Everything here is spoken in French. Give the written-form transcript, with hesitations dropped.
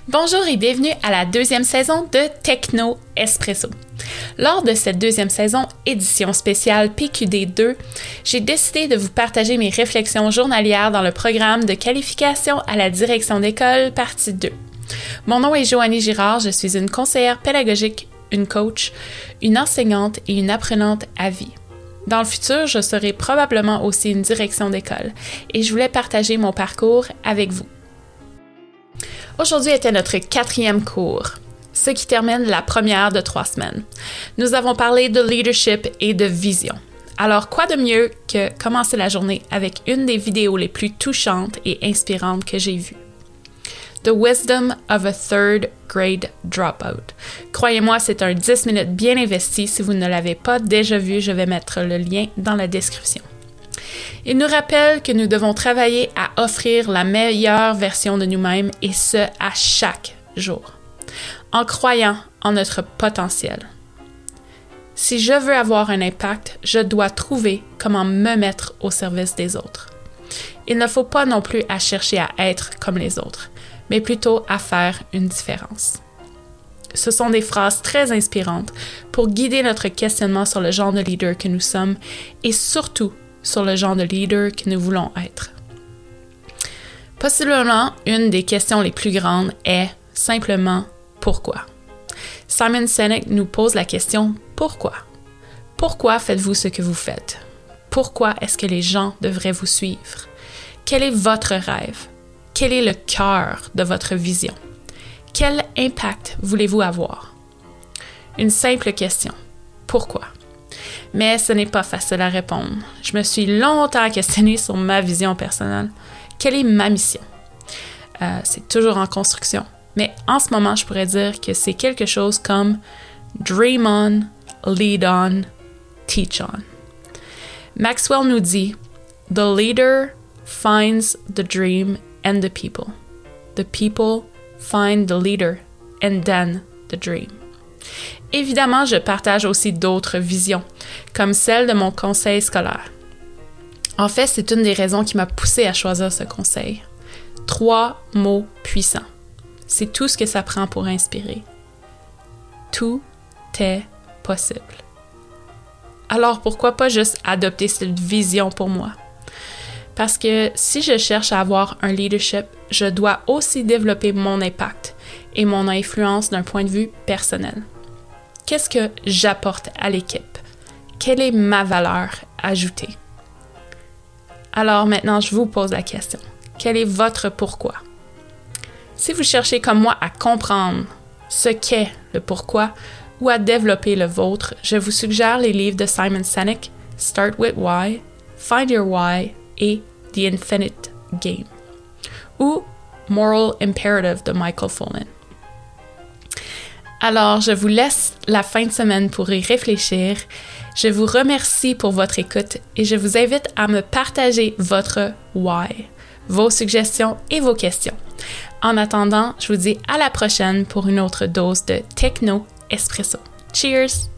Bonjour et bienvenue à la deuxième saison de Techno Espresso. Lors de cette deuxième saison, édition spéciale PQD2, j'ai décidé de vous partager mes réflexions journalières dans le programme de qualification à la direction d'école, partie 2. Mon nom est Joanie Girard, je suis une conseillère pédagogique, une coach, une enseignante et une apprenante à vie. Dans le futur, je serai probablement aussi une direction d'école et je voulais partager mon parcours avec vous. Aujourd'hui était notre 4e cours, ce qui termine la première de 3 semaines. Nous avons parlé de leadership et de vision. Alors, quoi de mieux que commencer la journée avec une des vidéos les plus touchantes et inspirantes que j'ai vues. The Wisdom of a Third Grade Dropout. Croyez-moi, c'est un 10 minutes bien investi. Si vous ne l'avez pas déjà vu, je vais mettre le lien dans la description. Il nous rappelle que nous devons travailler à offrir la meilleure version de nous-mêmes et ce, à chaque jour, en croyant en notre potentiel. Si je veux avoir un impact, je dois trouver comment me mettre au service des autres. Il ne faut pas non plus à chercher à être comme les autres, mais plutôt à faire une différence. Ce sont des phrases très inspirantes pour guider notre questionnement sur le genre de leader que nous sommes et surtout sur le genre de leader que nous voulons être. Possiblement, une des questions les plus grandes est simplement « Pourquoi ?» Simon Sinek nous pose la question « Pourquoi ?» Pourquoi faites-vous ce que vous faites? Pourquoi est-ce que les gens devraient vous suivre? Quel est votre rêve? Quel est le cœur de votre vision? Quel impact voulez-vous avoir? Une simple question. Pourquoi? Mais ce n'est pas facile à répondre. Je me suis longtemps questionnée sur ma vision personnelle. Quelle est ma mission? C'est toujours en construction. Mais en ce moment, je pourrais dire que c'est quelque chose comme Dream on, Lead on, Teach on. Maxwell nous dit « The leader finds the dream and the people. The people find the leader and then the dream. » Évidemment, je partage aussi d'autres visions, comme celle de mon conseil scolaire. En fait, c'est une des raisons qui m'a poussée à choisir ce conseil. 3 mots puissants. C'est tout ce que ça prend pour inspirer. Tout est possible. Alors, pourquoi pas juste adopter cette vision pour moi? Parce que si je cherche à avoir un leadership, je dois aussi développer mon impact et mon influence d'un point de vue personnel. Qu'est-ce que j'apporte à l'équipe? Quelle est ma valeur ajoutée? Alors maintenant, je vous pose la question. Quel est votre pourquoi? Si vous cherchez comme moi à comprendre ce qu'est le pourquoi ou à développer le vôtre, je vous suggère les livres de Simon Sinek, Start with Why, Find Your Why et The Infinite Game ou Moral Imperative de Michael Fullan. Alors, je vous laisse la fin de semaine pour y réfléchir. Je vous remercie pour votre écoute et je vous invite à me partager votre why, vos suggestions et vos questions. En attendant, je vous dis à la prochaine pour une autre dose de Techno Espresso. Cheers!